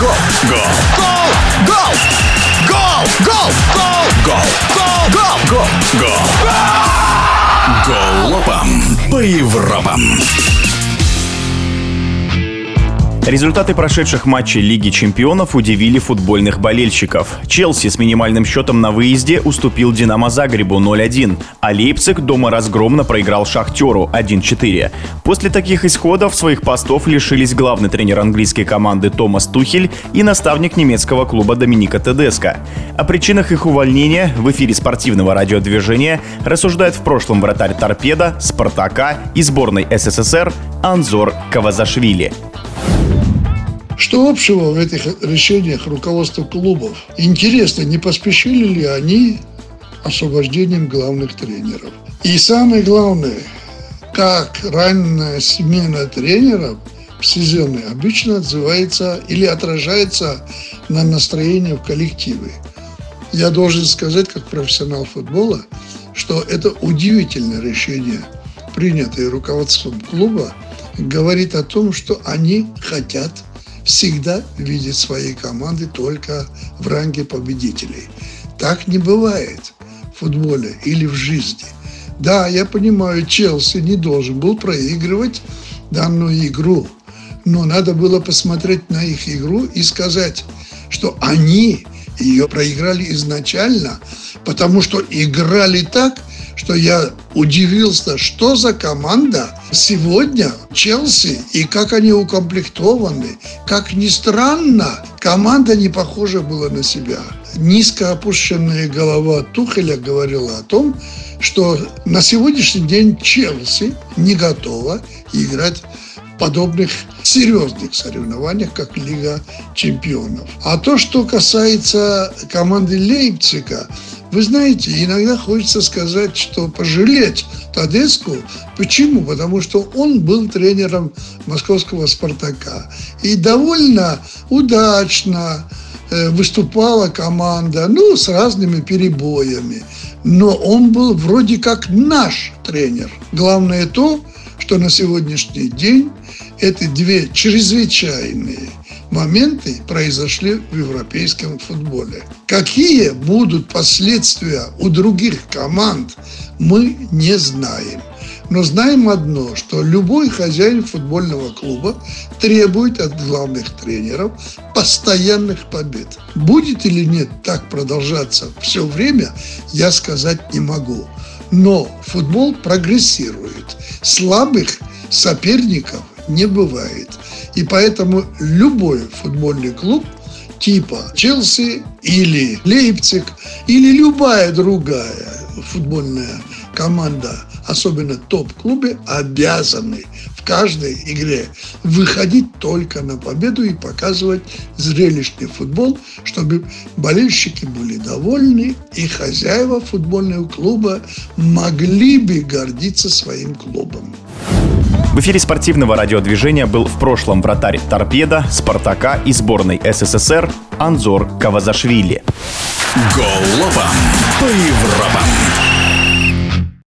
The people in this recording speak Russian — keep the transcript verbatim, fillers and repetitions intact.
Гол! Гол! Гол! Гол! Гол! Гол! Гол! Гол! Гол! Гол! Галопом по Европам. Результаты прошедших матчей Лиги чемпионов удивили футбольных болельщиков. Челси с минимальным счетом на выезде уступил Динамо Загребу ноль один, а Лейпциг дома разгромно проиграл Шахтеру один четыре. После таких исходов своих постов лишились главный тренер английской команды Томас Тухель и наставник немецкого клуба Доминика Тедеско. О причинах их увольнения в эфире спортивного радиодвижения рассуждает в прошлом вратарь «Торпедо», «Спартака» и сборной СССР Анзор Кавазашвили. Что общего в этих решениях руководства клубов? Интересно, не поспешили ли они освобождением главных тренеров? И самое главное, как ранняя смена тренеров в сезоне обычно отзывается или отражается на настроение в коллективе. Я должен сказать, как профессионал футбола, что это удивительное решение, принятое руководством клуба, говорит о том, что они хотят всегда видеть свои команды только в ранге победителей. Так не бывает в футболе или в жизни. Да, я понимаю, Челси не должен был проигрывать данную игру, но надо было посмотреть на их игру и сказать, что они ее проиграли изначально, потому что играли так, что я удивился, что за команда сегодня Челси и как они укомплектованы. Как ни странно, команда не похожа была на себя. Низко опущенная голова Тухеля говорила о том, что на сегодняшний день Челси не готова играть в подобных серьезных соревнованиях, как Лига чемпионов. А то, что касается команды Лейпцига, вы знаете, иногда хочется сказать, что пожалеть Тедеско. Почему? Потому что он был тренером московского «Спартака». И довольно удачно выступала команда, ну, с разными перебоями. Но он был вроде как наш тренер. Главное то, что на сегодняшний день эти две чрезвычайные моменты произошли в европейском футболе. Какие будут последствия у других команд, мы не знаем. Но знаем одно, что любой хозяин футбольного клуба требует от главных тренеров постоянных побед. Будет или нет так продолжаться все время, я сказать не могу. Но футбол прогрессирует. Слабых соперников не бывает. И поэтому любой футбольный клуб типа Челси или Лейпциг или любая другая футбольная команда, особенно топ-клубы, обязаны в каждой игре выходить только на победу и показывать зрелищный футбол, чтобы болельщики были довольны и хозяева футбольного клуба могли бы гордиться своим клубом. В эфире спортивного радиодвижения был в прошлом вратарь «Торпедо», «Спартака» и сборной СССР Анзор Кавазашвили. Галопом по Европам.